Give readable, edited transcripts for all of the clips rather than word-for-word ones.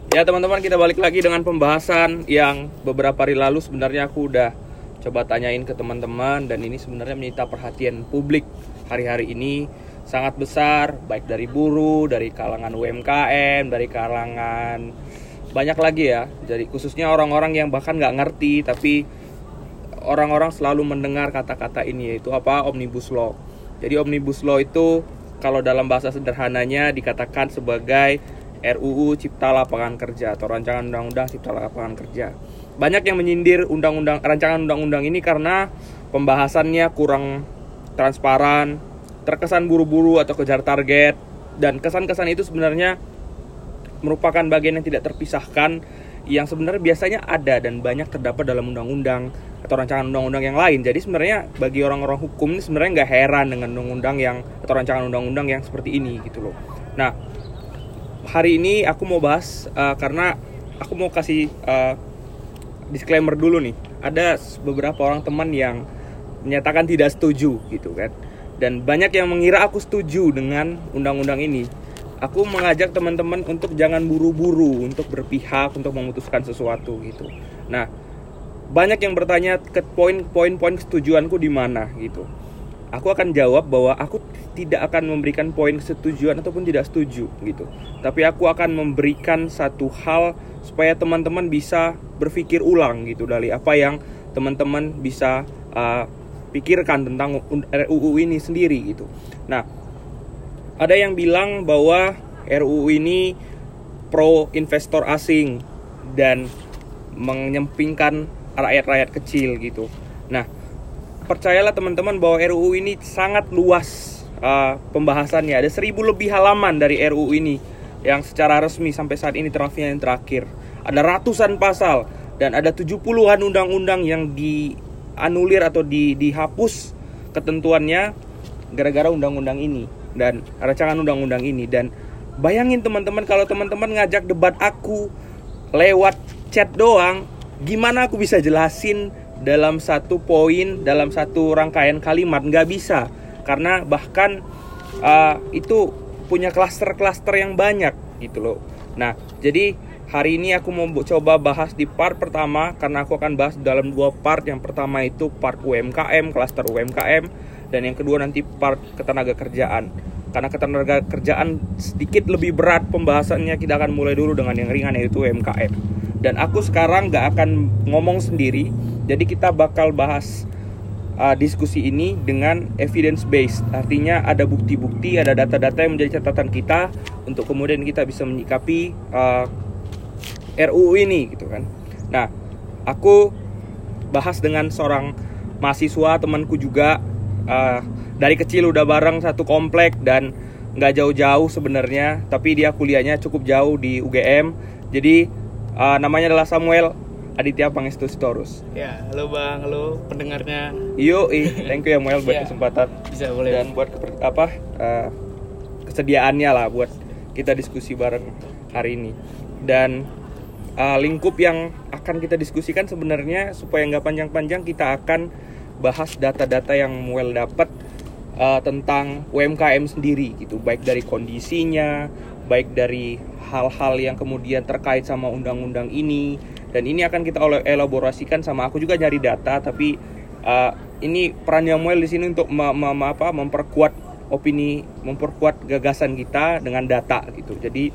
Ya teman-teman, kita balik lagi dengan pembahasan yang beberapa hari lalu sebenarnya aku udah coba tanyain ke teman-teman. Dan ini sebenarnya menyita perhatian publik hari-hari ini sangat besar. Baik dari buruh, dari kalangan UMKM, dari kalangan banyak lagi ya. Jadi khususnya orang-orang yang bahkan gak ngerti, tapi orang-orang selalu mendengar kata-kata ini, yaitu apa? Omnibus Law. Jadi Omnibus Law itu kalau dalam bahasa sederhananya dikatakan sebagai RUU Cipta Lapangan Kerja atau Rancangan Undang-Undang Cipta Lapangan Kerja. Banyak yang menyindir rancangan undang-undang ini karena pembahasannya kurang transparan, terkesan buru-buru atau kejar target, dan kesan-kesan itu sebenarnya merupakan bagian yang tidak terpisahkan yang sebenarnya biasanya ada dan banyak terdapat dalam undang-undang atau rancangan undang-undang yang lain. Jadi sebenarnya bagi orang-orang hukum ini sebenarnya nggak heran dengan undang-undang yang atau rancangan undang-undang yang seperti ini gitu loh. Nah, hari ini aku mau bahas karena aku mau kasih disclaimer dulu nih. Ada beberapa orang teman yang menyatakan tidak setuju gitu kan. Dan banyak yang mengira aku setuju dengan undang-undang ini. Aku mengajak teman-teman untuk jangan buru-buru untuk berpihak, untuk memutuskan sesuatu gitu. Nah, banyak yang bertanya ke poin-poin kesetujuanku di mana gitu. Aku akan jawab bahwa aku tidak akan memberikan poin kesetujuan ataupun tidak setuju gitu. Tapi aku akan memberikan satu hal supaya teman-teman bisa berpikir ulang gitu dari apa yang teman-teman bisa pikirkan tentang RUU ini sendiri gitu. Nah, ada yang bilang bahwa RUU ini pro investor asing dan menyempingkan rakyat-rakyat kecil gitu. Nah, percayalah teman-teman bahwa RUU ini sangat luas pembahasannya. Ada 1.000 lebih halaman dari RUU ini yang secara resmi sampai saat ini draftnya yang terakhir. Ada ratusan pasal dan ada 70-an undang-undang yang dianulir atau dihapus ketentuannya gara-gara undang-undang ini dan rancangan undang-undang ini. Dan bayangin teman-teman, kalau teman-teman ngajak debat aku lewat chat doang, gimana aku bisa jelasin dalam satu poin, dalam satu rangkaian kalimat? Nggak bisa, karena bahkan itu punya klaster-klaster yang banyak gitu loh. Nah, jadi hari ini aku mau coba bahas di part pertama, karena aku akan bahas dalam 2 part. Yang pertama itu part UMKM, klaster UMKM, dan yang kedua nanti part ketenaga kerjaan. Karena ketenaga kerjaan sedikit lebih berat pembahasannya, kita akan mulai dulu dengan yang ringan, yaitu UMKM. Dan aku sekarang gak akan ngomong sendiri, jadi kita bakal bahas diskusi ini dengan evidence based. Artinya ada bukti-bukti, ada data-data yang menjadi catatan kita untuk kemudian kita bisa menyikapi RUU ini gitu kan. Nah, aku bahas dengan seorang mahasiswa, temanku juga, dari kecil udah bareng satu komplek dan gak jauh-jauh sebenarnya, tapi dia kuliahnya cukup jauh di UGM. Jadi namanya adalah Samuel Aditya Pangestu Sitorus. Ya, halo Bang, halo pendengarnya. Thank you ya Samuel buat kesempatan. Bisa, boleh. Dan buat kesediaannya lah buat kita diskusi bareng hari ini. Dan lingkup yang akan kita diskusikan sebenarnya supaya nggak panjang-panjang, kita akan bahas data-data yang Muel dapat tentang UMKM sendiri gitu, baik dari kondisinya, baik dari hal-hal yang kemudian terkait sama undang-undang ini. Dan ini akan kita elaborasikan sama aku juga nyari data, tapi ini perannya Muel di sini untuk memperkuat opini, memperkuat gagasan kita dengan data gitu. Jadi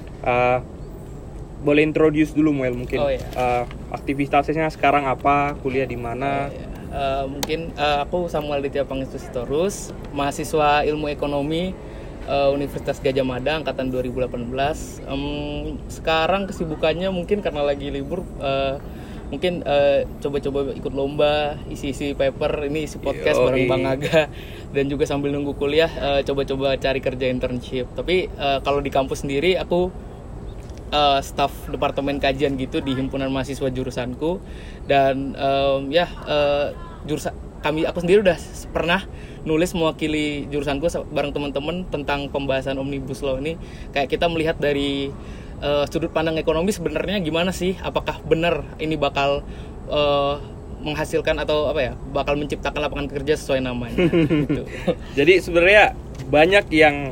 boleh introduce dulu Muel mungkin. Aktivitasnya sekarang apa, kuliah di mana? Mungkin aku Samuel Aditya Pangestu Sitorus, mahasiswa ilmu ekonomi Universitas Gadjah Mada angkatan 2018. Sekarang kesibukannya mungkin karena lagi libur, mungkin coba-coba ikut lomba, isi paper, ini isi podcast bareng Bang Aga, dan juga sambil nunggu kuliah coba-coba cari kerja internship. Tapi kalau di kampus sendiri aku staf departemen kajian gitu di himpunan mahasiswa jurusanku. Dan jurusan aku sendiri udah pernah nulis mewakili jurusanku bareng teman-teman tentang pembahasan Omnibus Law ini. Kayak kita melihat dari sudut pandang ekonomi sebenarnya gimana sih, apakah benar ini bakal menghasilkan atau bakal menciptakan lapangan kerja sesuai namanya gitu. Jadi sebenarnya banyak yang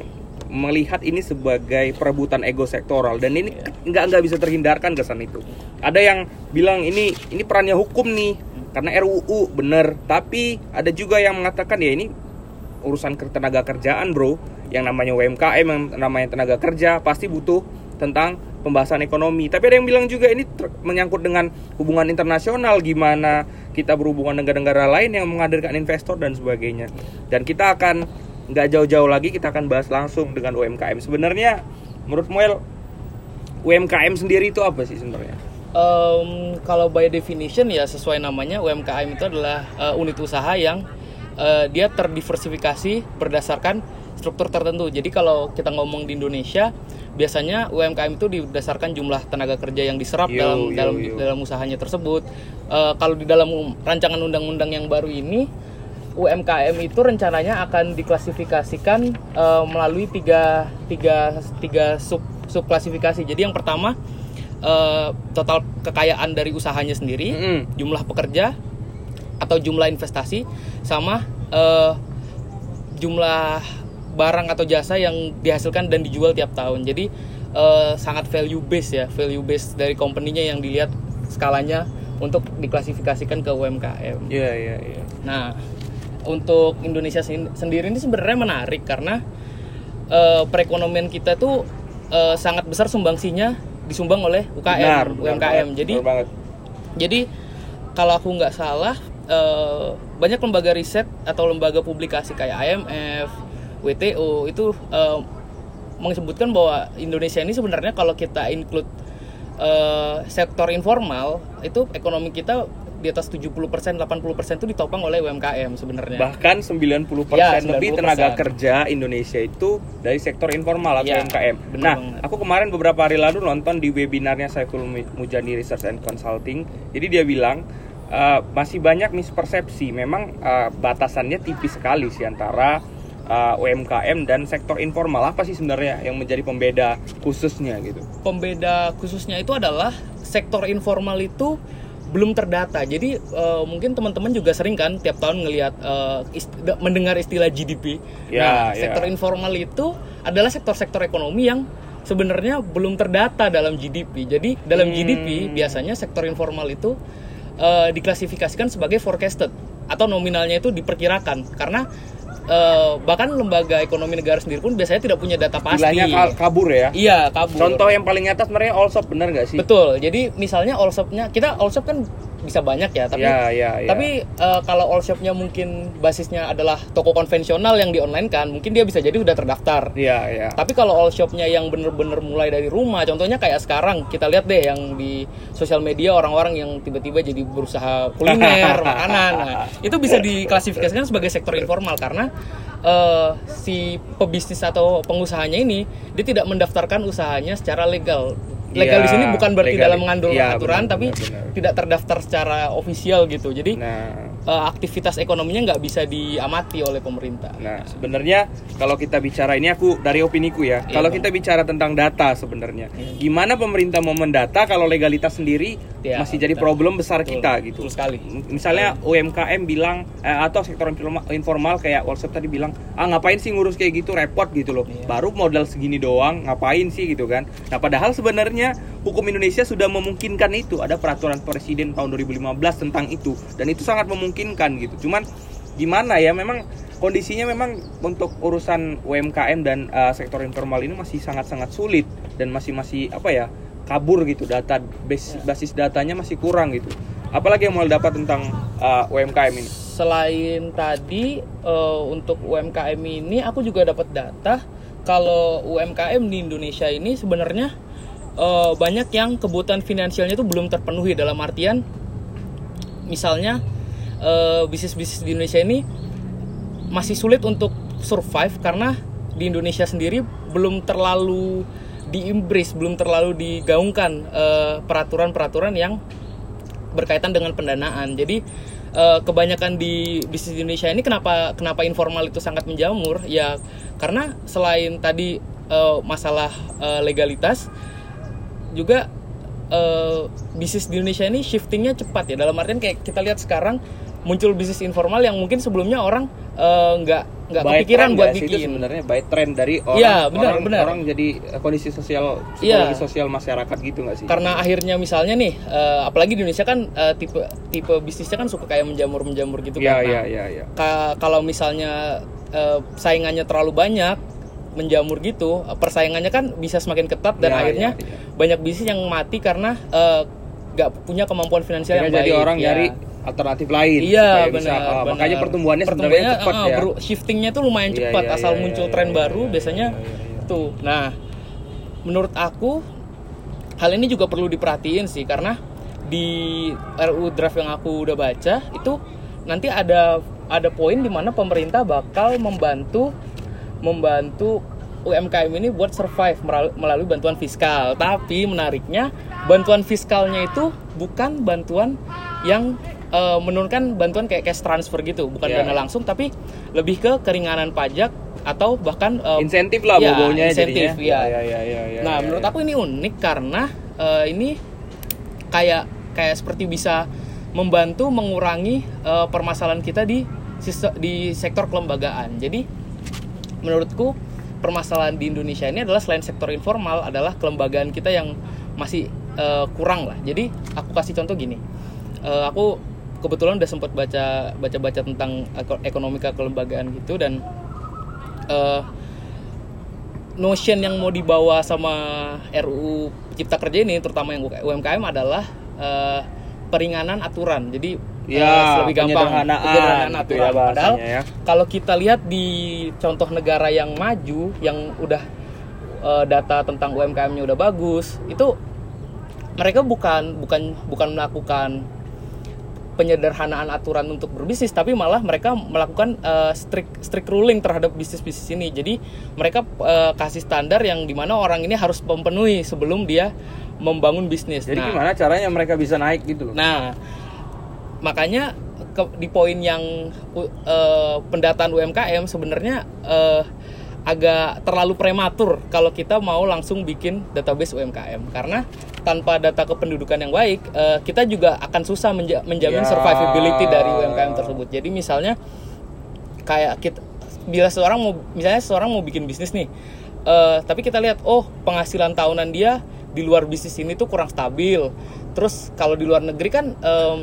melihat ini sebagai perebutan ego sektoral, dan ini nggak bisa terhindarkan kesan itu. Ada yang bilang ini perannya hukum nih karena RUU, bener, tapi ada juga yang mengatakan ya ini urusan tenaga kerjaan bro, yang namanya UMKM, yang namanya tenaga kerja pasti butuh tentang pembahasan ekonomi. Tapi ada yang bilang juga ini menyangkut dengan hubungan internasional, gimana kita berhubungan dengan negara lain yang menghadirkan investor dan sebagainya. Dan kita akan nggak jauh-jauh lagi, kita akan bahas langsung dengan UMKM. Sebenarnya menurut Muel, UMKM sendiri itu apa sih sebenarnya? Kalau by definition ya sesuai namanya, UMKM itu adalah unit usaha yang dia terdiversifikasi berdasarkan struktur tertentu. Jadi kalau kita ngomong di Indonesia, biasanya UMKM itu didasarkan jumlah tenaga kerja yang diserap dalam usahanya tersebut. Kalau di dalam rancangan undang-undang yang baru ini, UMKM itu rencananya akan diklasifikasikan melalui tiga subklasifikasi. Jadi yang pertama, total kekayaan dari usahanya sendiri, jumlah pekerja atau jumlah investasi, sama jumlah barang atau jasa yang dihasilkan dan dijual tiap tahun. Jadi sangat value based dari company-nya yang dilihat skalanya untuk diklasifikasikan ke UMKM. Iya. Nah, untuk Indonesia sendiri ini sebenarnya menarik karena perekonomian kita tuh sangat besar sumbangsihnya disumbang oleh UMKM. Jadi kalau aku nggak salah, banyak lembaga riset atau lembaga publikasi kayak IMF, WTO itu menyebutkan bahwa Indonesia ini sebenarnya kalau kita include sektor informal, itu ekonomi kita di atas 70%, 80% itu ditopang oleh UMKM sebenarnya. Bahkan 90% lebih tenaga kerja Indonesia itu dari sektor informal atau UMKM. Nah, banget. Aku kemarin beberapa hari lalu nonton di webinarnya Saiful Mujani Research and Consulting. Jadi dia bilang masih banyak mispersepsi. Memang batasannya tipis sekali sih antara UMKM dan sektor informal. Apa sih sebenarnya yang menjadi pembeda khususnya gitu? Pembeda khususnya itu adalah sektor informal itu belum terdata. Jadi mungkin teman-teman juga sering kan tiap tahun ngelihat mendengar istilah GDP. Sektor informal itu adalah sektor-sektor ekonomi yang sebenarnya belum terdata dalam GDP. Jadi dalam GDP biasanya sektor informal itu diklasifikasikan sebagai forecasted atau nominalnya itu diperkirakan, karena bahkan lembaga ekonomi negara sendiri pun biasanya tidak punya data pasti. Bilangnya kabur ya? Iya, kabur. Contoh yang paling nyata sebenarnya Allshop, benar nggak sih? Betul. Jadi misalnya Allshopnya, Allshop kan bisa banyak ya, tapi tapi kalau Allshopnya mungkin basisnya adalah toko konvensional yang di online kan, mungkin dia bisa jadi udah terdaftar. Tapi kalau Allshopnya yang bener-bener mulai dari rumah, contohnya kayak sekarang kita lihat deh yang di sosial media orang-orang yang tiba-tiba jadi berusaha kuliner, makanan, nah, itu bisa diklasifikasikan sebagai sektor informal karena si pebisnis atau pengusahanya ini dia tidak mendaftarkan usahanya secara legal. Legal di sini bukan berarti dalam mengandung aturan, tapi tidak terdaftar secara ofisial gitu. Jadi aktivitas ekonominya nggak bisa diamati oleh pemerintah. Nah, sebenarnya kalau kita bicara, ini aku dari opiniku ya, kalau kita bicara tentang data sebenarnya, gimana pemerintah mau mendata kalau legalitas sendiri masih jadi problem besar kita gitu. Betul sekali. Misalnya UMKM bilang atau sektor informal kayak Allshop tadi bilang, ngapain sih ngurus kayak gitu, repot gitu loh. Baru modal segini doang, ngapain sih gitu kan. Nah, padahal sebenarnya hukum Indonesia sudah memungkinkan itu. Ada peraturan presiden tahun 2015 tentang itu, dan itu sangat memungkinkan gitu. Cuman gimana ya, memang kondisinya memang untuk urusan UMKM dan sektor informal ini masih sangat-sangat sulit dan masih kabur gitu, data basis datanya masih kurang gitu. Apalagi yang mau dapat tentang UMKM ini? Selain tadi untuk UMKM ini aku juga dapat data kalau UMKM di Indonesia ini sebenarnya banyak yang kebutuhan finansialnya itu belum terpenuhi, dalam artian misalnya bisnis-bisnis di Indonesia ini masih sulit untuk survive karena di Indonesia sendiri belum terlalu diimbris, belum terlalu digaungkan peraturan-peraturan yang berkaitan dengan pendanaan. Jadi kebanyakan di bisnis di Indonesia ini kenapa informal itu sangat menjamur ya, karena selain tadi masalah legalitas, juga bisnis di Indonesia ini shiftingnya cepat ya, dalam artian kayak kita lihat sekarang muncul bisnis informal yang mungkin sebelumnya orang nggak kepikiran buat bikin. Itu sebenarnya by trend dari orang. Iya, benar. Orang jadi kondisi sosial, psikologi sosial masyarakat gitu nggak sih? Karena akhirnya misalnya nih, apalagi di Indonesia kan tipe bisnisnya kan suka kayak menjamur gitu kan. Iya. Kalau misalnya saingannya terlalu banyak menjamur gitu, persaingannya kan bisa semakin ketat dan akhirnya banyak bisnis yang mati karena nggak punya kemampuan finansial yang baik. Jadi orang nyari alternatif lain. Iya, benar. Makanya pertumbuhannya sebenarnya cepat ya. Shiftingnya tuh lumayan cepat, asal muncul tren baru biasanya tuh. Nah, menurut aku hal ini juga perlu diperhatiin sih, karena di RUU draft yang aku udah baca itu nanti ada poin di mana pemerintah bakal membantu UMKM ini buat survive melalui bantuan fiskal. Tapi menariknya bantuan fiskalnya itu bukan bantuan yang menurunkan bantuan kayak cash transfer gitu, bukan dana langsung, tapi lebih ke keringanan pajak atau bahkan insentif lah baunya insentif jadinya. Nah, menurut aku ini unik karena ini kayak seperti bisa membantu mengurangi permasalahan kita di sektor kelembagaan. Jadi menurutku permasalahan di Indonesia ini adalah selain sektor informal adalah kelembagaan kita yang masih kurang lah. Jadi aku kasih contoh gini, aku kebetulan udah sempat baca tentang ekonomika kelembagaan gitu, dan notion yang mau dibawa sama RUU Cipta Kerja ini, terutama yang UMKM adalah peringanan aturan. Jadi lebih gampang penyederhanaan aturan. Padahal kalau kita lihat di contoh negara yang maju, yang udah data tentang UMKM-nya udah bagus, itu mereka bukan melakukan penyederhanaan aturan untuk berbisnis, tapi malah mereka melakukan strict ruling terhadap bisnis ini. Jadi mereka kasih standar yang dimana orang ini harus memenuhi sebelum dia membangun bisnis. Jadi gimana caranya mereka bisa naik gitu loh? Nah, makanya di poin yang pendataan UMKM sebenarnya agak terlalu prematur kalau kita mau langsung bikin database UMKM, karena tanpa data kependudukan yang baik kita juga akan susah menjamin survivability dari UMKM tersebut. Jadi misalnya kayak bila seorang mau bikin bisnis nih, tapi kita lihat penghasilan tahunan dia di luar bisnis ini tuh kurang stabil. Terus kalau di luar negeri kan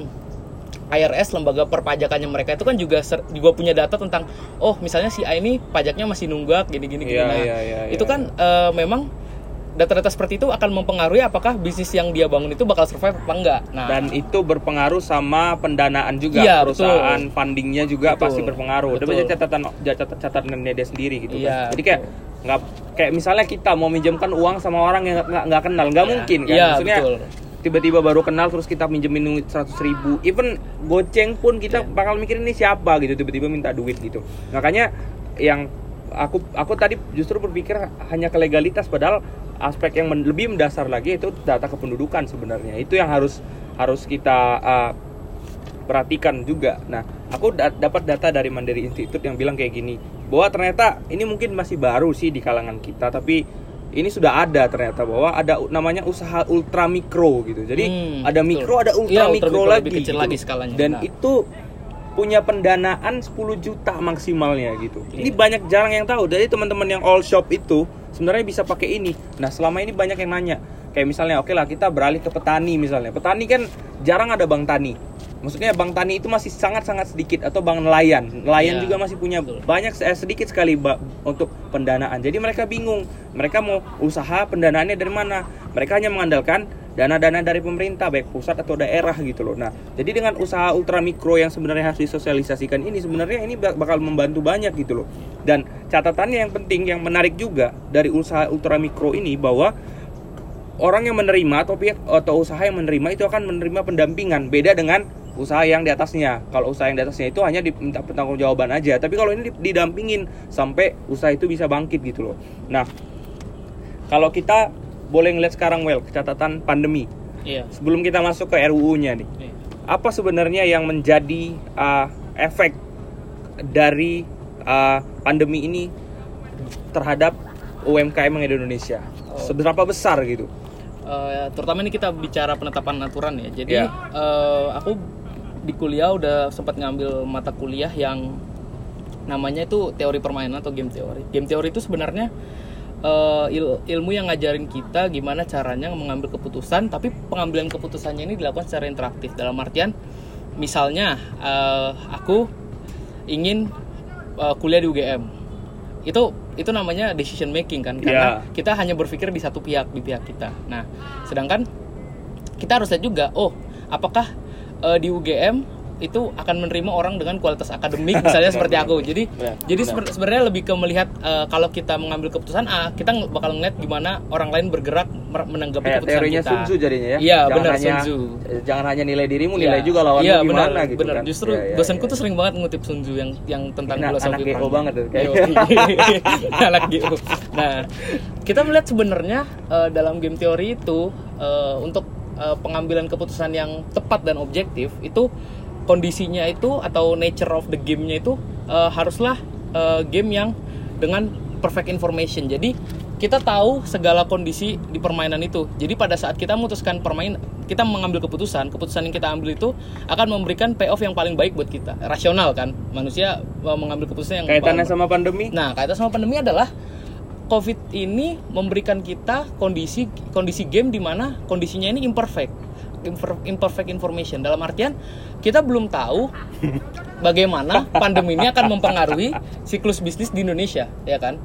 IRS, lembaga perpajakannya mereka itu kan juga punya data tentang misalnya si A ini pajaknya masih nunggak gini. Itu kan memang data-data seperti itu akan mempengaruhi apakah bisnis yang dia bangun itu bakal survive apa enggak. Nah, dan itu berpengaruh sama pendanaan juga, perusahaan fundingnya juga pasti berpengaruh. Udah baca catatannya dia sendiri gitu kan. Jadi kayak misalnya kita mau minjemkan uang sama orang yang nggak kenal, nggak mungkin kan. Maksudnya tiba-tiba baru kenal terus kita minjemin duit 100.000, even goceng pun kita bakal mikirin ini siapa gitu, tiba-tiba minta duit gitu. Makanya yang aku tadi justru berpikir hanya ke legalitas, padahal aspek yang lebih mendasar lagi itu data kependudukan sebenarnya. Itu yang harus kita perhatikan juga. Nah, aku dapat data dari Mandiri Institute yang bilang kayak gini, bahwa ternyata ini mungkin masih baru sih di kalangan kita, tapi ini sudah ada ternyata bahwa ada namanya usaha ultra mikro gitu. Jadi ada mikro, ada ultra mikro lagi, kecil gitu. Lagi skalanya. Dan itu punya pendanaan 10 juta maksimalnya gitu. Ini banyak jarang yang tahu. Jadi teman-teman yang all shop itu sebenarnya bisa pakai ini. Nah, selama ini banyak yang nanya. Kayak misalnya oke lah kita beralih ke petani misalnya. Petani kan jarang ada bank tani. Maksudnya bank tani itu masih sangat-sangat sedikit, atau bank nelayan. Nelayan juga masih punya banyak sedikit sekali untuk pendanaan. Jadi mereka bingung. Mereka mau usaha pendanaannya dari mana? Mereka hanya mengandalkan dana-dana dari pemerintah, baik pusat atau daerah gitu loh. Nah, jadi dengan usaha ultra mikro yang sebenarnya harus disosialisasikan ini, sebenarnya ini bakal membantu banyak gitu loh. Dan catatannya yang penting, yang menarik juga dari usaha ultra mikro ini, bahwa orang yang menerima atau usaha yang menerima itu akan menerima pendampingan, beda dengan usaha yang di atasnya. Kalau usaha yang di atasnya itu hanya diminta pertanggungjawaban aja, tapi kalau ini didampingin sampai usaha itu bisa bangkit gitu loh. Nah, kalau kita boleh ngeliat sekarang catatan pandemi. Sebelum kita masuk ke RUU-nya nih. Apa sebenarnya yang menjadi efek dari pandemi ini terhadap UMKM yang ada di Indonesia? Seberapa besar gitu? Terutama ini kita bicara penetapan aturan ya. Jadi aku di kuliah udah sempat ngambil mata kuliah yang namanya itu teori permainan atau game teori. Game teori itu sebenarnya ilmu yang ngajarin kita gimana caranya mengambil keputusan, tapi pengambilan keputusannya ini dilakukan secara interaktif. Dalam artian, misalnya aku ingin kuliah di UGM, itu namanya decision making kan, karena kita hanya berpikir di satu pihak, di pihak kita. Nah, sedangkan kita harus lihat juga, apakah di UGM itu akan menerima orang dengan kualitas akademik misalnya seperti aku. Jadi sebenarnya lebih ke melihat kalau kita mengambil keputusan A, kita bakal ngeliat gimana orang lain bergerak menanggapi keputusan teorinya kita. Sun Tzu jadinya ya. Iya, benar, Sun Tzu. Jangan hanya nilai dirimu, nilai juga lawanmu gimana gitu bener. kan. Justru dosenku tuh sering banget ngutip Sun Tzu yang tentang filosofi anak GO banget tuh anak GO. Nah, kita melihat sebenarnya dalam game teori itu untuk pengambilan keputusan yang tepat dan objektif itu kondisinya itu atau nature of the game-nya itu haruslah game yang dengan perfect information. Jadi kita tahu segala kondisi di permainan itu. Jadi pada saat kita memutuskan kita mengambil keputusan yang kita ambil itu akan memberikan payoff yang paling baik buat kita. Rasional kan? Manusia mengambil keputusan yang kaitannya sama pandemi. Nah, kaitan sama pandemi adalah COVID ini memberikan kita kondisi game di mana kondisinya ini imperfect information. Dalam artian kita belum tahu bagaimana pandemi ini akan mempengaruhi siklus bisnis di Indonesia, ya kan?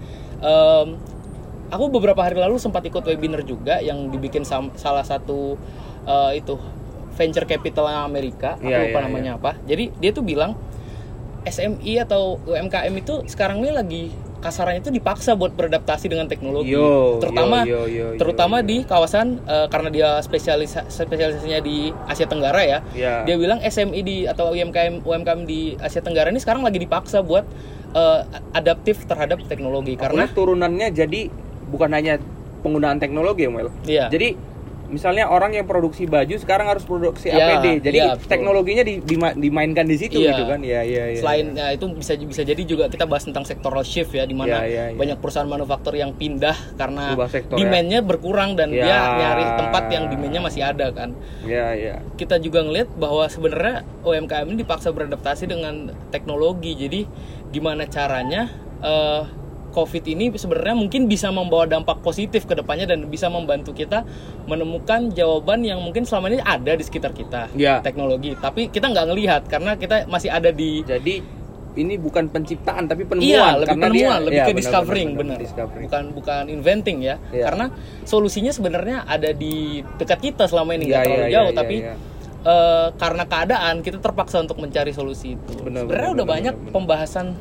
Aku beberapa hari lalu sempat ikut webinar juga yang dibikin salah satu itu venture capital Amerika, aku lupa namanya apa. Jadi dia tuh bilang SMI atau UMKM itu sekarang ini lagi kasarannya itu dipaksa buat beradaptasi dengan teknologi, terutama di kawasan karena dia spesialisasinya di Asia Tenggara ya. Dia bilang SMI atau UMKM di Asia Tenggara ini sekarang lagi dipaksa buat adaptif terhadap teknologi. Karena turunannya jadi bukan hanya penggunaan teknologi, Mel. Jadi misalnya orang yang produksi baju sekarang harus produksi APD. Jadi teknologinya dimainkan di situ gitu kan. Selain itu bisa jadi juga kita bahas tentang sectoral shift ya, di mana banyak perusahaan manufaktur yang pindah karena demand-nya berkurang dan dia nyari tempat yang demand-nya masih ada kan. Kita juga ngelihat bahwa sebenarnya UMKM ini dipaksa beradaptasi dengan teknologi. Jadi gimana caranya COVID ini sebenarnya mungkin bisa membawa dampak positif ke depannya dan bisa membantu kita menemukan jawaban yang mungkin selama ini ada di sekitar kita, teknologi. Tapi kita nggak ngelihat karena kita masih ada di. Jadi ini bukan penciptaan tapi penemuan. Lebih ke discovering, benar. Bukan inventing ya. Karena solusinya sebenarnya ada di dekat kita selama ini, nggak terlalu jauh, tapi karena keadaan kita terpaksa untuk mencari solusi itu. Sebenarnya udah banyak pembahasan.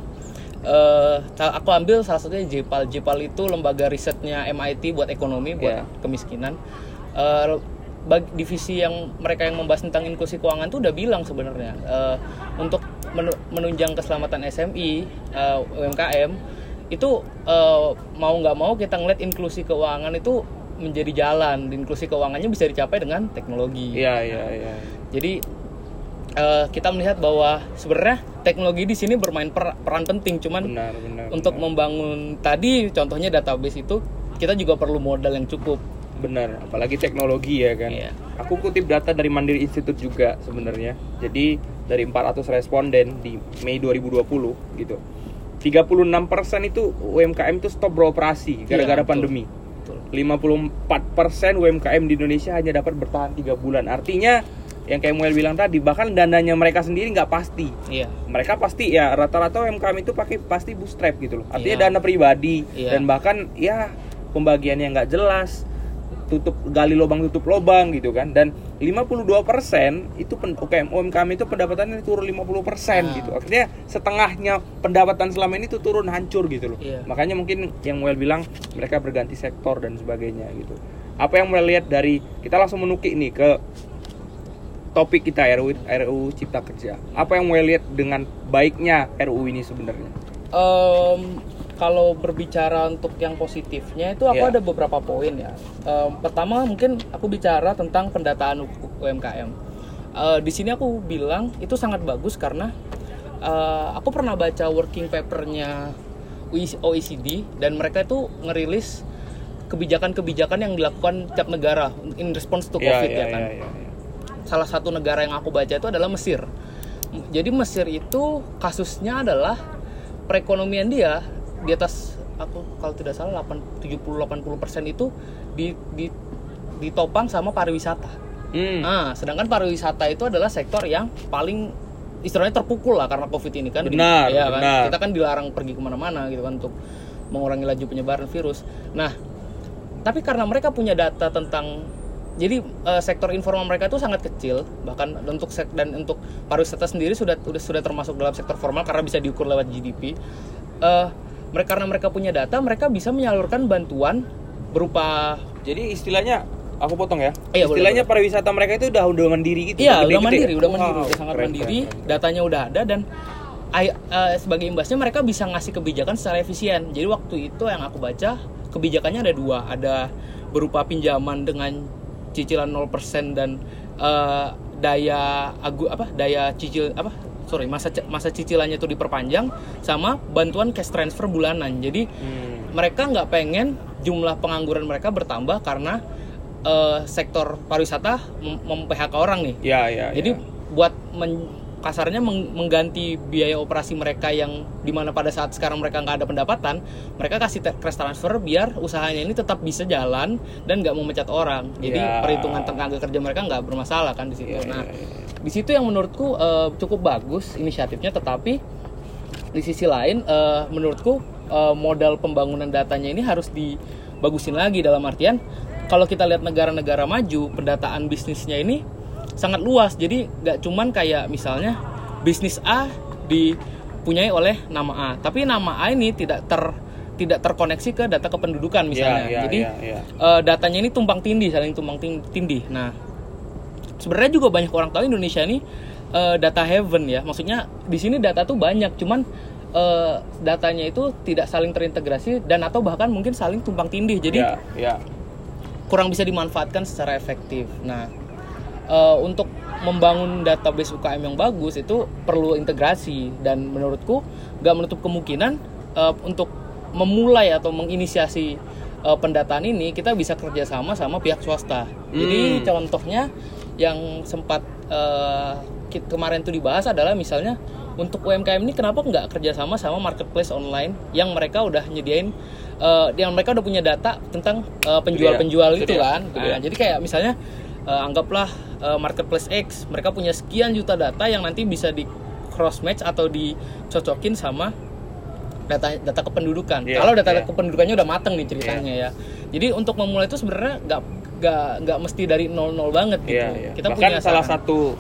Aku ambil salah satunya JPAL itu lembaga risetnya MIT buat ekonomi, buat kemiskinan. Divisi yang mereka yang membahas tentang inklusi keuangan tuh udah bilang sebenarnya untuk menunjang keselamatan SMI, UMKM itu mau nggak mau kita ngeliat inklusi keuangan itu menjadi jalan. Inklusi keuangannya bisa dicapai dengan teknologi. Jadi kita melihat bahwa sebenarnya teknologi di sini bermain peran penting, cuman untuk membangun tadi contohnya database itu kita juga perlu modal yang cukup. Benar, apalagi teknologi ya kan. Aku kutip data dari Mandiri Institute juga sebenarnya. Jadi dari 400 responden di Mei 2020 gitu. 36% itu UMKM itu stop beroperasi gara-gara pandemi. 54% UMKM di Indonesia hanya dapat bertahan 3 bulan. Artinya yang kayak Muel bilang tadi, bahkan dananya mereka sendiri nggak pasti. Mereka pasti ya rata-rata UMKM itu pasti bootstrap gitu loh. Artinya dana pribadi dan bahkan ya pembagiannya nggak jelas, gali lubang tutup lubang gitu kan. Dan 52% itu UMKM itu pendapatannya turun 50% gitu. Akhirnya setengahnya pendapatan selama ini tuh turun, hancur gitu loh. Makanya mungkin yang Muel bilang mereka berganti sektor dan sebagainya gitu. Apa yang Muel lihat dari, kita langsung menukik nih ke topik kita RUU Cipta Kerja. Apa yang mau lihat dengan baiknya RUU ini sebenarnya? Kalau berbicara untuk yang positifnya itu aku ada beberapa poin ya. Pertama mungkin aku bicara tentang pendataan UMKM. Di sini aku bilang itu sangat bagus karena aku pernah baca working papernya OECD dan mereka itu ngerilis kebijakan-kebijakan yang dilakukan tiap negara in response to COVID kan. Salah satu negara yang aku baca itu adalah Mesir. Jadi Mesir itu kasusnya adalah perekonomian dia di atas, aku kalau tidak salah 70-80% itu ditopang sama pariwisata. Nah, sedangkan pariwisata itu adalah sektor yang paling istilahnya terpukul lah karena COVID ini kan. Benar, ya benar. Kan? Kita kan dilarang pergi kemana-mana gitu kan untuk mengurangi laju penyebaran virus. Nah, tapi karena mereka punya data tentang, jadi sektor informal mereka itu sangat kecil, bahkan untuk pariwisata sendiri sudah termasuk dalam sektor formal karena bisa diukur lewat GDP. Karena mereka punya data, mereka bisa menyalurkan bantuan berupa, jadi istilahnya aku potong ya. Iya, istilahnya boleh. pariwisata mereka itu udah mandiri gitu. Iya, udah mandiri, udah sangat mandiri. Datanya udah ada dan sebagai imbasnya mereka bisa ngasih kebijakan secara efisien. Jadi waktu itu yang aku baca kebijakannya ada 2, ada berupa pinjaman dengan cicilan 0% dan masa cicilannya itu diperpanjang, sama bantuan cash transfer bulanan. Jadi mereka nggak pengen jumlah pengangguran mereka bertambah karena sektor pariwisata mem-PHK orang nih. Jadi buat kasarnya mengganti biaya operasi mereka yang dimana pada saat sekarang mereka nggak ada pendapatan, mereka kasih cash transfer biar usahanya ini tetap bisa jalan dan nggak memecat orang. Jadi perhitungan tenaga kerja mereka nggak bermasalah kan di situ. Di situ yang menurutku cukup bagus inisiatifnya, tetapi di sisi lain menurutku modal pembangunan datanya ini harus dibagusin lagi, dalam artian kalau kita lihat negara-negara maju, pendataan bisnisnya ini sangat luas. Jadi nggak cuman kayak misalnya bisnis A dipunyai oleh nama A, tapi nama A ini tidak terkoneksi ke data kependudukan misalnya. Jadi datanya ini saling tumpang tindih. Nah, sebenarnya juga banyak orang tahu Indonesia ini data heaven ya. Maksudnya di sini data tuh banyak, cuman datanya itu tidak saling terintegrasi dan atau bahkan mungkin saling tumpang tindih. Jadi kurang bisa dimanfaatkan secara efektif. Nah, untuk membangun database UKM yang bagus itu perlu integrasi, dan menurutku nggak menutup kemungkinan untuk memulai atau menginisiasi pendataan ini kita bisa kerjasama sama pihak swasta. Jadi contohnya yang sempat kemarin tuh dibahas adalah misalnya untuk UMKM ini kenapa nggak kerjasama sama marketplace online yang mereka udah nyediain, yang mereka udah punya data tentang penjual-penjual itu kan. Jadi kayak misalnya anggaplah marketplace X, mereka punya sekian juta data yang nanti bisa di cross match atau dicocokin sama data kependudukan. Kalau data kependudukannya udah mateng nih ceritanya ya. Jadi untuk memulai itu sebenarnya nggak mesti dari 00 banget gitu. Kita bahkan punya salah satu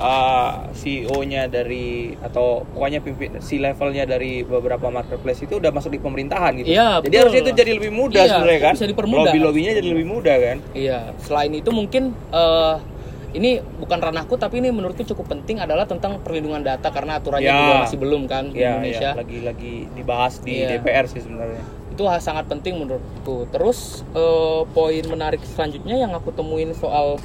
CEO-nya dari, atau pokoknya C-levelnya dari beberapa marketplace itu udah masuk di pemerintahan gitu. Jadi harusnya itu jadi lebih mudah sebenarnya kan. Bisa dipermudah. Lobby-lobbynya jadi lebih mudah kan. Selain itu mungkin ini bukan ranahku, tapi ini menurutku cukup penting adalah tentang perlindungan data karena aturannya juga masih belum kan di Indonesia. Lagi dibahas di DPR sih sebenarnya. Itu sangat penting menurutku. Terus poin menarik selanjutnya yang aku temuin soal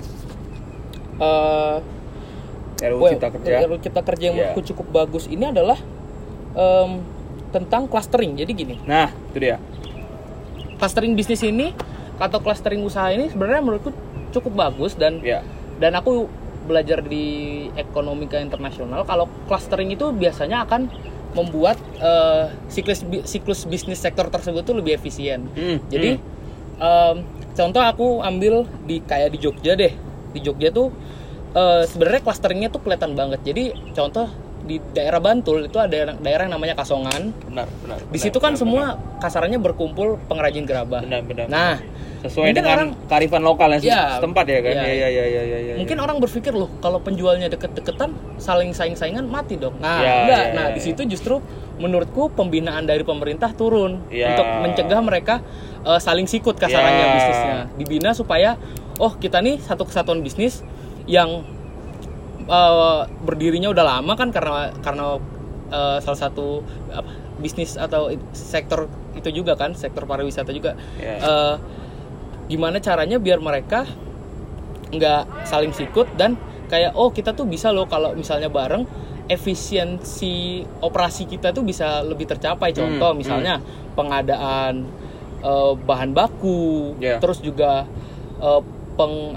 RUU Cipta Kerja yang menurutku cukup bagus ini adalah tentang clustering. Jadi gini. Nah, itu dia. Clustering bisnis ini atau clustering usaha ini sebenarnya menurutku cukup bagus, dan aku belajar di ekonomika internasional kalau clustering itu biasanya akan membuat siklus bisnis sektor tersebut tuh lebih efisien. Jadi contoh aku ambil di Jogja deh. Di Jogja tuh sebenarnya clusteringnya tuh kelihatan banget. Jadi contoh di daerah Bantul itu ada daerah yang namanya Kasongan. Benar. Di situ kan semua kasarannya berkumpul pengrajin gerabah. Benar. Nah, sesuai dengan kearifan lokal yang setempat ya kan. Mungkin orang berpikir loh kalau penjualnya deket-deketan saling saing-saingan mati dong. Nah, enggak. Nah, di situ justru menurutku pembinaan dari pemerintah turun untuk mencegah mereka saling sikut kasarannya bisnisnya. Dibina supaya kita nih satu kesatuan bisnis yang berdirinya udah lama kan karena salah satu bisnis atau sektor itu juga kan, sektor pariwisata juga. Gimana caranya biar mereka nggak saling sikut dan kayak kita tuh bisa loh kalau misalnya bareng, efisiensi operasi kita tuh bisa lebih tercapai. Contoh misalnya pengadaan bahan baku, terus juga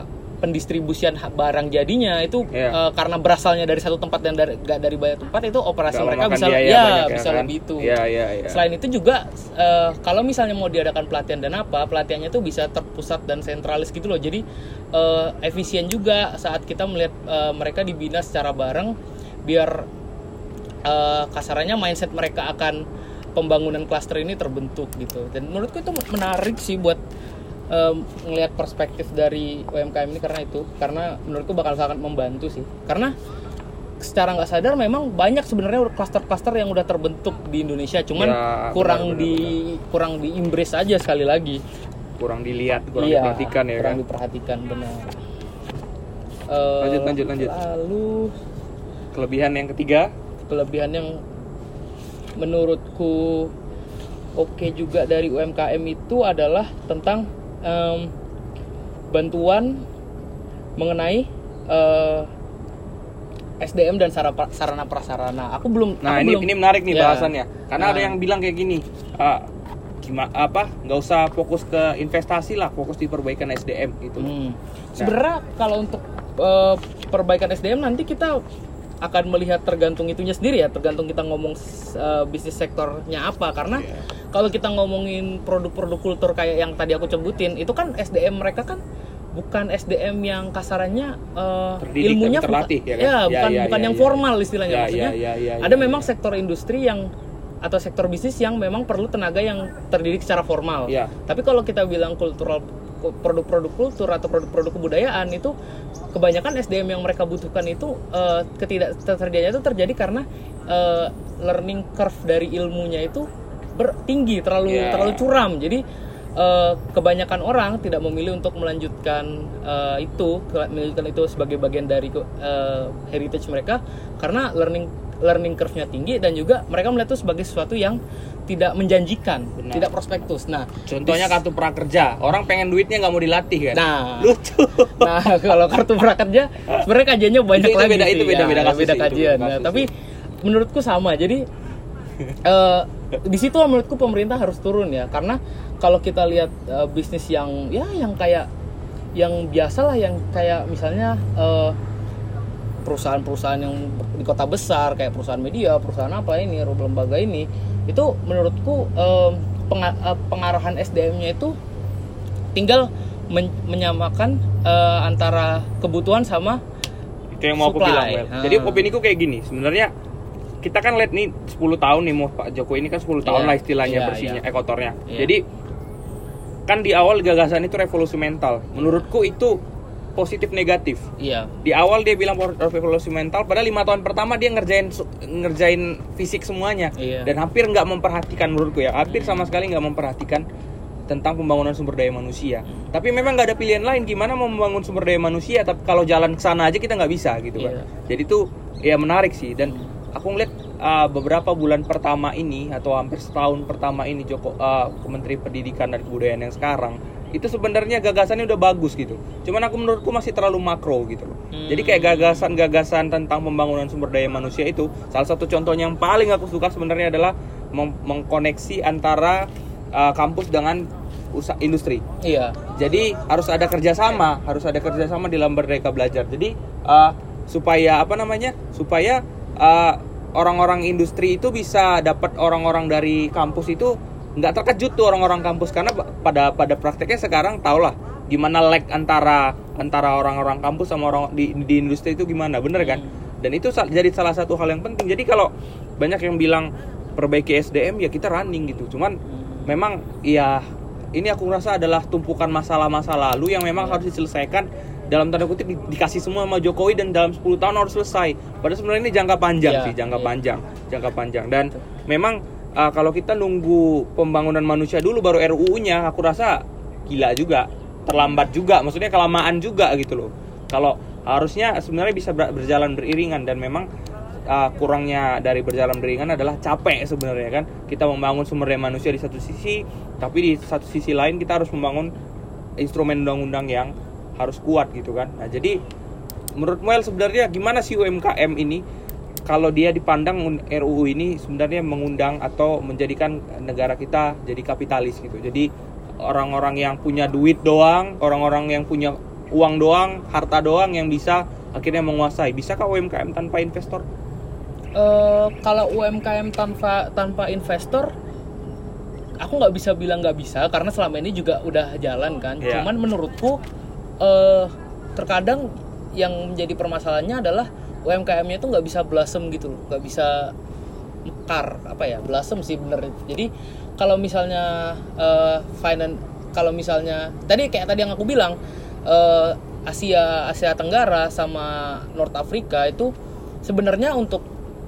pendistribusian barang jadinya itu karena berasalnya dari satu tempat dan gak dari banyak tempat, itu operasi mereka bisa bisa kan? Lebih itu. Selain itu juga kalau misalnya mau diadakan pelatihan dan pelatihannya itu bisa terpusat dan sentralis gitu loh. Jadi efisien juga saat kita melihat mereka dibina secara bareng, biar kasarannya mindset mereka akan pembangunan klaster ini terbentuk gitu. Dan menurutku itu menarik sih buat ngelihat perspektif dari UMKM ini, karena menurutku bakal sangat membantu sih, karena secara nggak sadar memang banyak sebenarnya klaster-klaster yang udah terbentuk di Indonesia, cuman kurang diimbres aja, sekali lagi kurang dilihat, diperhatikan ya, kurang diperhatikan, benar. Lanjut. Lalu kelebihan yang menurutku oke juga dari UMKM itu adalah tentang bantuan mengenai SDM dan sarana prasarana. Ini menarik nih bahasannya, karena ada yang bilang kayak gini, nggak usah fokus ke investasi lah, fokus di perbaikan SDM gitu. Sebenarnya kalau untuk perbaikan SDM nanti kita akan melihat tergantung itunya sendiri ya, tergantung kita ngomong bisnis sektornya apa, karena kalau kita ngomongin produk-produk kultur kayak yang tadi aku sebutin, itu kan SDM mereka kan bukan SDM yang kasarannya terdidik, ilmunya terlatih, bukan yang formal istilahnya, maksudnya ada memang sektor industri yang atau sektor bisnis yang memang perlu tenaga yang terdidik secara formal. Tapi kalau kita bilang produk-produk kultur atau produk-produk kebudayaan, itu kebanyakan SDM yang mereka butuhkan itu ketidaktersediaannya itu terjadi karena learning curve dari ilmunya itu tinggi, terlalu curam. Jadi kebanyakan orang tidak memilih untuk melanjutkan itu sebagai bagian dari heritage mereka, karena learning curve-nya tinggi, dan juga mereka melihat itu sebagai sesuatu yang tidak menjanjikan, tidak prospektus. Nah, contohnya kartu prakerja, orang pengen duitnya nggak mau dilatih kan? Lucu. Nah, kalau kartu prakerja sebenarnya kajiannya banyak lagi. Itu beda kajian. Tapi menurutku sama. Jadi di situ menurutku pemerintah harus turun ya, karena kalau kita lihat bisnis yang kayak yang biasa lah, yang kayak misalnya perusahaan-perusahaan yang di kota besar kayak perusahaan media, perusahaan lembaga ini, itu menurutku pengarahan SDM-nya itu tinggal menyamakan antara kebutuhan sama itu yang mau supply. Aku bilang. Jadi opiniku kayak gini, sebenarnya kita kan lihat nih 10 tahun nih, mau Pak Jokowi ini kan 10 tahun lah istilahnya bersihnya kotornya. Jadi kan di awal gagasan itu revolusi mental. Menurutku itu positif negatif. Di awal dia bilang revolusi mental, padahal 5 tahun pertama dia ngerjain fisik semuanya, dan hampir nggak memperhatikan, menurutku ya, hampir sama sekali nggak memperhatikan tentang pembangunan sumber daya manusia. Tapi memang nggak ada pilihan lain, gimana mau membangun sumber daya manusia, tapi kalau jalan ke sana aja kita nggak bisa gitu kan. Jadi itu ya menarik sih, dan aku ngeliat beberapa bulan pertama ini atau hampir setahun pertama ini Menteri Pendidikan dan Kebudayaan yang sekarang itu sebenarnya gagasannya udah bagus gitu. Cuman menurutku masih terlalu makro gitu loh. Jadi kayak gagasan tentang pembangunan sumber daya manusia itu, salah satu contohnya yang paling aku suka sebenarnya adalah mengkoneksi antara kampus dengan industri. Jadi harus ada kerjasama di dalam Merdeka Belajar. Jadi supaya orang-orang industri itu bisa dapat orang-orang dari kampus itu nggak terkejut tuh orang-orang kampus, karena pada prakteknya sekarang tau lah gimana lag antara orang-orang kampus sama orang di industri itu gimana, bener kan? Dan itu jadi salah satu hal yang penting. Jadi kalau banyak yang bilang perbaiki SDM, ya kita running gitu. Cuman memang ya ini aku rasa adalah tumpukan masalah-masa lalu yang memang harus diselesaikan, dalam tanda kutip dikasih semua sama Jokowi, dan dalam 10 tahun harus selesai. Padahal sebenarnya ini jangka panjang. Dan memang kalau kita nunggu pembangunan manusia dulu baru RUU-nya, aku rasa gila juga, terlambat juga, maksudnya kelamaan juga gitu loh. Kalau harusnya sebenarnya bisa berjalan beriringan, dan memang kurangnya dari berjalan beriringan adalah capek sebenarnya kan. Kita membangun sumber daya manusia di satu sisi, tapi di satu sisi lain kita harus membangun instrumen undang-undang yang harus kuat gitu kan. Nah, jadi menurut Muel sebenarnya gimana sih UMKM ini kalau dia dipandang RUU ini sebenarnya mengundang atau menjadikan negara kita jadi kapitalis gitu. Jadi orang-orang yang punya duit doang, orang-orang yang punya uang doang, harta doang yang bisa akhirnya menguasai. Bisakah UMKM tanpa investor? Kalau UMKM tanpa investor, aku nggak bisa bilang nggak bisa, karena selama ini juga udah jalan kan. Cuman menurutku terkadang yang menjadi permasalahannya adalah UMKM-nya tuh nggak bisa blossom gitu loh, nggak bisa mekar, blossom sih bener. Jadi kalau misalnya kalau misalnya tadi yang aku bilang, Asia Tenggara sama North Africa itu sebenarnya untuk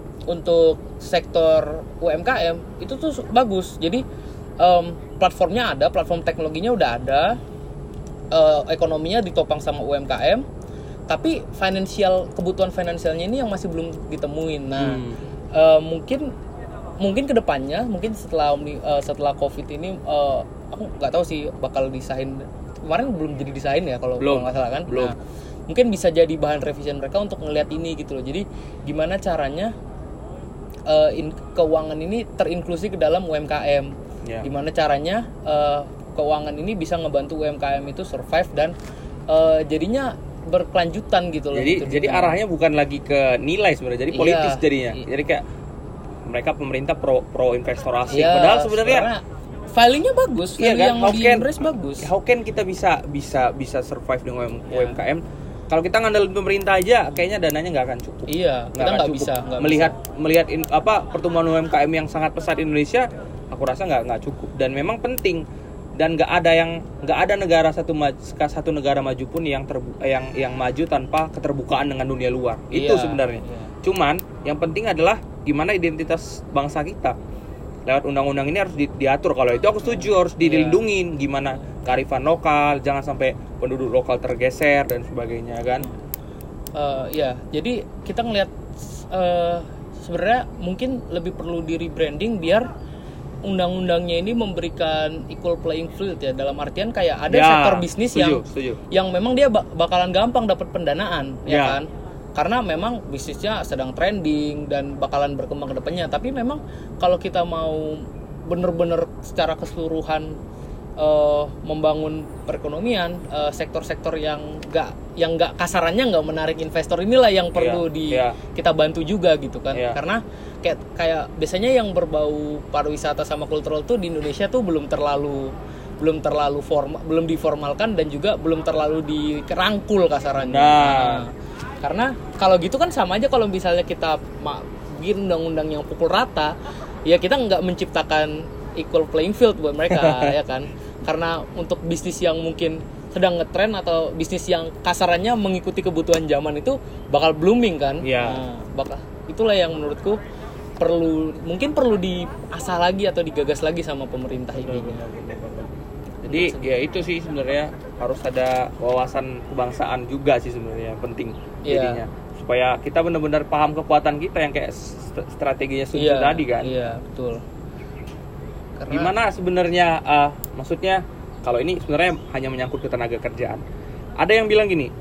sektor UMKM itu tuh bagus. Jadi platformnya ada, platform teknologinya udah ada, ekonominya ditopang sama UMKM, tapi kebutuhan finansialnya ini yang masih belum ditemuin. Nah, mungkin kedepannya, mungkin setelah COVID ini, aku nggak tahu sih bakal desain. Kemarin belum jadi desain ya kalau nggak salah kan. Belum. Nah, mungkin bisa jadi bahan revision mereka untuk ngelihat ini gitu loh. Jadi gimana caranya keuangan ini terinklusi ke dalam UMKM. Gimana caranya keuangan ini bisa ngebantu UMKM itu survive dan jadinya berkelanjutan gitu loh. Jadi arahnya bukan lagi ke nilai sebenarnya, jadi politis jadinya. Jadi kayak mereka pemerintah pro investor asing. Padahal sebenarnya filingnya bagus, yang di Inggris bagus. How can kita bisa survive dengan UMKM? Kalau kita ngandelin pemerintah aja, kayaknya dananya nggak akan cukup. Iya, kita nggak bisa. Melihat pertumbuhan UMKM yang sangat pesat di Indonesia, aku rasa nggak cukup. Dan memang penting. Dan nggak ada negara satu negara maju pun yang maju tanpa keterbukaan dengan dunia luar. Itu sebenarnya. Cuman yang penting adalah gimana identitas bangsa kita. Lewat undang-undang ini harus diatur. Kalau itu aku setuju, harus dilindungin. Gimana kearifan lokal, jangan sampai penduduk lokal tergeser dan sebagainya kan. Jadi kita ngelihat sebenarnya mungkin lebih perlu di rebranding biar undang-undangnya ini memberikan equal playing field ya, dalam artian kayak ada sektor bisnis setuju. yang memang dia bakalan gampang dapat pendanaan ya kan, karena memang bisnisnya sedang trending dan bakalan berkembang ke depannya. Tapi memang kalau kita mau bener-bener secara keseluruhan membangun perekonomian, sektor-sektor yang nggak kasarannya nggak menarik investor inilah yang perlu kita bantu juga gitu kan. Karena kayak biasanya yang berbau pariwisata sama kultural tuh di Indonesia tuh belum terlalu belum diformalkan dan juga belum terlalu dirangkul kasarannya. Nah, karena kalau gitu kan sama aja kalau misalnya kita bikin undang-undang yang pukul rata, ya kita nggak menciptakan equal playing field buat mereka ya kan. Karena untuk bisnis yang mungkin sedang ngetren atau bisnis yang kasarannya mengikuti kebutuhan zaman itu bakal blooming kan. Nah, itulah yang menurutku perlu diasah lagi atau digagas lagi sama pemerintah ini. Jadi ya itu sih sebenarnya harus ada wawasan kebangsaan juga sih sebenarnya penting jadinya, supaya kita benar-benar paham kekuatan kita yang kayak strateginya Sun tadi kan. Iya, betul. Karena gimana sebenarnya maksudnya kalau ini sebenarnya hanya menyangkut ketenaga kerjaan. Ada yang bilang gini,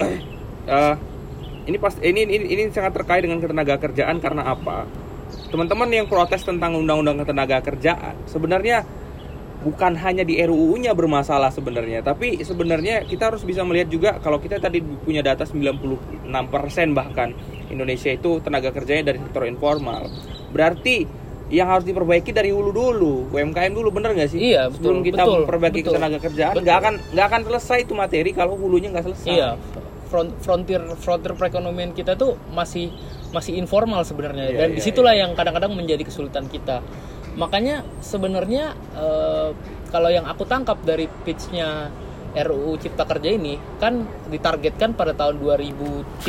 ini sangat terkait dengan ketenaga kerjaan karena apa? Teman-teman yang protes tentang undang-undang ketenaga kerjaan sebenarnya bukan hanya di RUU-nya bermasalah sebenarnya, tapi sebenarnya kita harus bisa melihat juga kalau kita tadi punya data 96% bahkan Indonesia itu tenaga kerjanya dari sektor informal. Berarti yang harus diperbaiki dari hulu dulu, UMKM dulu, bener nggak sih? Iya, betul. Sebelum kita memperbaiki ketenaga kerjaan, nggak akan selesai itu materi kalau hulunya nggak selesai. Iya, frontier perekonomian kita tuh masih informal sebenarnya, dan disitulah yang kadang-kadang menjadi kesulitan kita. Makanya sebenarnya kalau yang aku tangkap dari pitch-nya RUU Cipta Kerja ini kan ditargetkan pada tahun 2045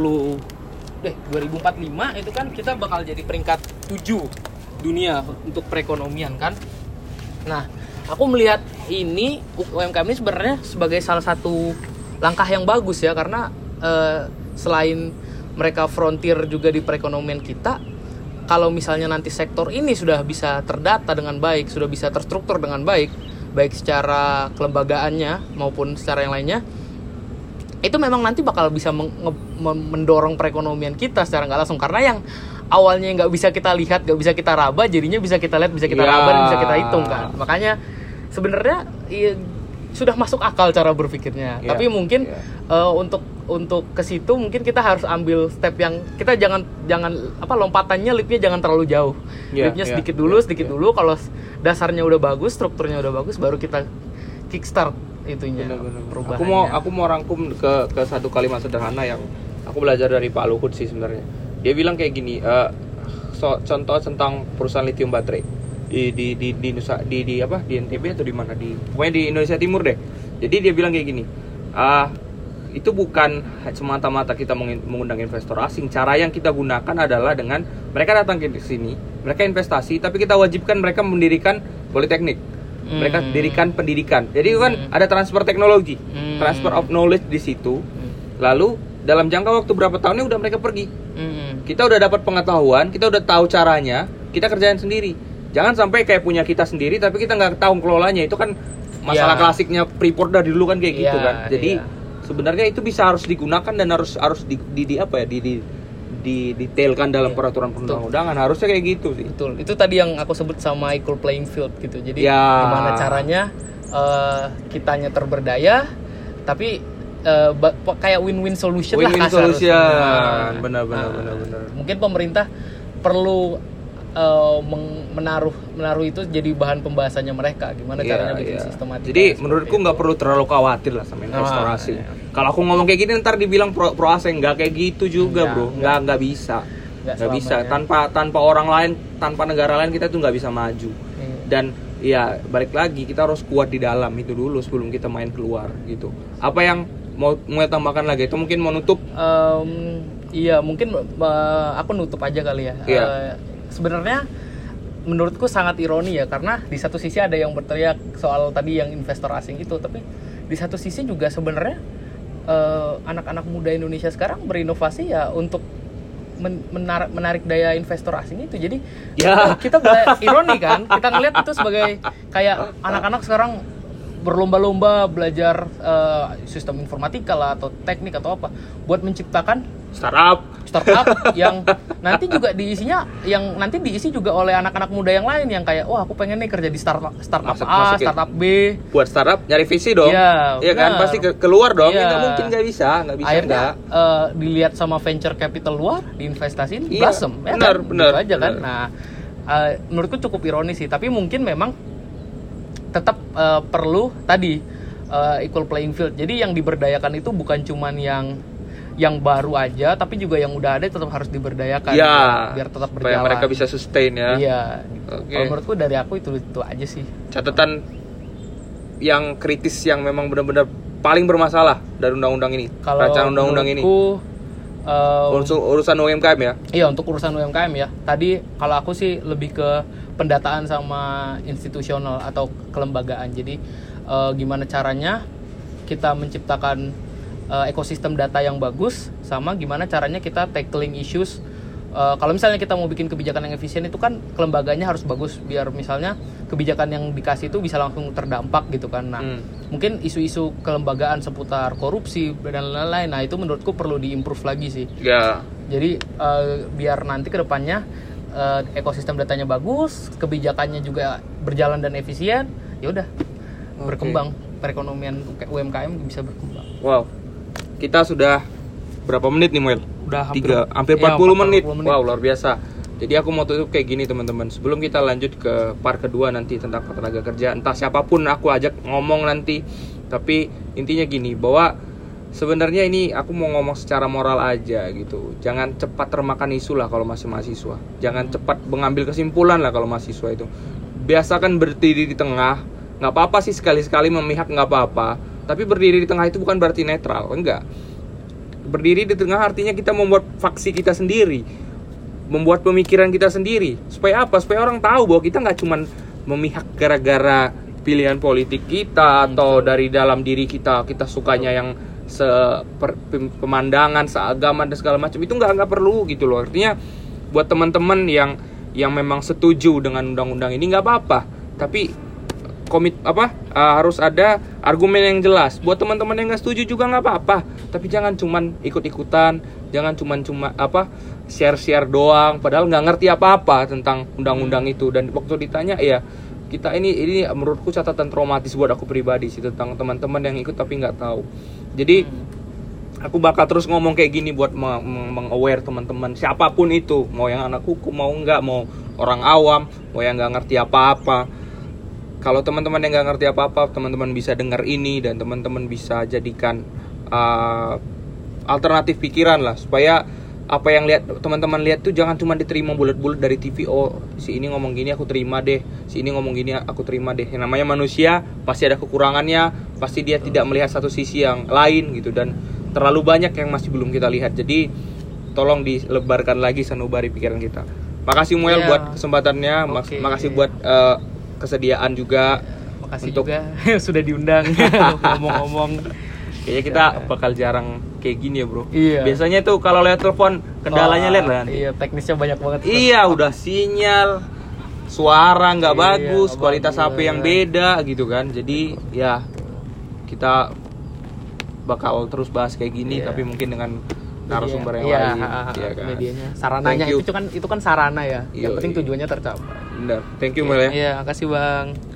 itu kan kita bakal jadi peringkat 7 dunia untuk perekonomian kan. Nah, aku melihat ini UMKM ini sebenarnya sebagai salah satu langkah yang bagus ya, karena selain mereka frontier juga di perekonomian kita, kalau misalnya nanti sektor ini sudah bisa terdata dengan baik, sudah bisa terstruktur dengan baik secara kelembagaannya maupun secara yang lainnya, itu memang nanti bakal bisa mendorong perekonomian kita secara nggak langsung. Karena yang awalnya nggak bisa kita lihat, nggak bisa kita raba, jadinya bisa kita lihat, bisa kita raba, dan bisa kita hitung kan. Makanya sebenarnya sudah masuk akal cara berpikirnya. Tapi mungkin untuk ke situ mungkin kita harus ambil step yang kita jangan lompatannya leapnya jangan terlalu jauh. Leapnya sedikit dulu. Kalau dasarnya udah bagus, strukturnya udah bagus, baru kita kickstart itunya. Bener. Aku mau rangkum ke satu kalimat sederhana yang aku belajar dari Pak Luhut sih sebenarnya. Dia bilang kayak gini, contoh tentang perusahaan lithium baterai di Nusa di NTB atau di mana, pokoknya di Indonesia Timur deh. Jadi dia bilang kayak gini, itu bukan semata-mata kita mengundang investor asing. Cara yang kita gunakan adalah dengan mereka datang ke sini, mereka investasi, tapi kita wajibkan mereka mendirikan politeknik, mereka dirikan pendidikan. Jadi kan ada transfer teknologi, transfer of knowledge di situ. Lalu dalam jangka waktu berapa tahunnya udah mereka pergi. Kita udah dapat pengetahuan, kita udah tahu caranya, kita kerjain sendiri. Jangan sampai kayak punya kita sendiri tapi kita nggak tahu kelolanya. Itu kan masalah klasiknya Freeport dari dulu kan kayak gitu kan. Jadi sebenarnya itu bisa harus digunakan dan harus didetailkan dalam peraturan perundang-undangan. Harusnya kayak gitu sih. Betul. Itu tadi yang aku sebut sama equal playing field gitu. Jadi gimana caranya kitanya terberdaya tapi kayak win-win solution lah kasar. Benar. Mungkin pemerintah perlu menaruh itu jadi bahan pembahasannya mereka, gimana caranya bikin sistematika. Jadi menurutku nggak perlu terlalu khawatir lah sama investor asing. Kalau aku ngomong kayak gini ntar dibilang pro asing, nggak kayak gitu juga bro, nggak bisa. Nggak bisa tanpa orang lain, tanpa negara lain kita tuh nggak bisa maju. Dan ya balik lagi kita harus kuat di dalam itu dulu sebelum kita main keluar gitu. Apa yang mau tambahkan lagi itu mungkin mau nutup? Mungkin aku nutup aja kali ya. Sebenarnya menurutku sangat ironi ya, karena di satu sisi ada yang berteriak soal tadi yang investor asing itu, tapi di satu sisi juga sebenarnya anak-anak muda Indonesia sekarang berinovasi ya untuk menarik daya investor asing itu. Jadi kita ironi kan, kita ngeliat itu sebagai kayak anak-anak sekarang berlomba-lomba belajar sistem informatika lah atau teknik atau apa buat menciptakan startup yang nanti juga diisi juga oleh anak-anak muda yang lain yang kayak wah aku pengen nih kerja di startup A, startup B. Buat startup nyari visi dong. Iya kan pasti keluar dong. Nggak mungkin nggak bisa. Akhirnya dilihat sama venture capital luar, diinvestasiin, blossom. Benar. Gitu aja kan. Nah, menurutku cukup ironis sih. Tapi mungkin memang tetap perlu tadi equal playing field. Jadi yang diberdayakan itu bukan cuman yang baru aja, tapi juga yang udah ada tetap harus diberdayakan biar tetap berjalan. Supaya mereka bisa sustain ya. Iya. Gitu. Kalau menurutku dari aku itu aja sih. Catatan yang kritis yang memang benar-benar paling bermasalah dari undang-undang ini. Rancangan undang-undang ini. Urusan UMKM ya. Iya, untuk urusan UMKM ya. Tadi kalau aku sih lebih ke pendataan sama institusional atau kelembagaan. Jadi gimana caranya kita menciptakan ekosistem data yang bagus, sama gimana caranya kita tackling issues. Kalau misalnya kita mau bikin kebijakan yang efisien itu kan kelembaganya harus bagus biar misalnya kebijakan yang dikasih itu bisa langsung terdampak gitu kan. Nah, mungkin isu-isu kelembagaan seputar korupsi dan lain-lain, nah itu menurutku perlu diimprove lagi sih. Jadi biar nanti kedepannya ekosistem datanya bagus, kebijakannya juga berjalan dan efisien, ya udah berkembang, perekonomian UMKM bisa berkembang. Wow, kita sudah berapa menit nih Moel? Udah hampir 40 menit. Wow, luar biasa. Jadi aku mau tutup kayak gini teman-teman. Sebelum kita lanjut ke part kedua nanti tentang tenaga kerja, entah siapapun aku ajak ngomong nanti. Tapi intinya gini, bahwa sebenarnya ini aku mau ngomong secara moral aja gitu. Jangan cepat termakan isu lah kalau masih mahasiswa. Jangan cepat mengambil kesimpulan lah kalau mahasiswa itu. Biasakan berdiri di tengah. Nggak apa-apa sih sekali-sekali memihak, nggak apa-apa. Tapi berdiri di tengah itu bukan berarti netral, enggak. Berdiri di tengah artinya kita membuat faksi kita sendiri, membuat pemikiran kita sendiri. Supaya apa? Supaya orang tahu bahwa kita nggak cuma memihak gara-gara pilihan politik kita atau dari dalam diri kita sukanya yang pemandangan, seagaman dan segala macam. Itu nggak perlu gitu loh. Artinya buat teman-teman yang memang setuju dengan undang-undang ini nggak apa-apa. Tapi harus ada argumen yang jelas. Buat teman-teman yang nggak setuju juga nggak apa-apa, tapi jangan cuman ikut-ikutan, jangan cuma share doang padahal nggak ngerti apa-apa tentang undang-undang itu. Dan waktu ditanya ya kita ini menurutku catatan traumatis buat aku pribadi sih, tentang teman-teman yang ikut tapi nggak tahu. Jadi aku bakal terus ngomong kayak gini buat meng-aware teman-teman siapapun itu, mau yang anak hukum, mau enggak, mau orang awam, mau yang nggak ngerti apa-apa. Kalau teman-teman yang nggak ngerti apa-apa, teman-teman bisa dengar ini dan teman-teman bisa jadikan alternatif pikiran lah, supaya apa yang teman-teman lihat tuh jangan cuma diterima bulat-bulat dari TV. Oh, si ini ngomong gini aku terima deh, si ini ngomong gini aku terima deh. Yang namanya manusia pasti ada kekurangannya, pasti dia tidak melihat satu sisi yang lain gitu, dan terlalu banyak yang masih belum kita lihat. Jadi tolong dilebarkan lagi sanubari pikiran kita. Makasih Muel buat kesempatannya, makasih buat kesediaan juga. Makasih juga sudah diundang ngomong-ngomong. Kayaknya kita bakal jarang kayak gini ya bro. Iya. Biasanya tuh kalau lewat telepon kendalanya lihat lah. Iya, teknisnya banyak banget. Iya, udah sinyal, suara nggak bagus, kualitas HP yang beda gitu kan. Jadi ya kita bakal terus bahas kayak gini, tapi mungkin dengan narasumber yang lain. Iya kan. Medianya, sarananya itu kan sarana ya. Yang penting tujuannya tercapai. Benar. Thank you Mel ya. Iya, makasih Bang.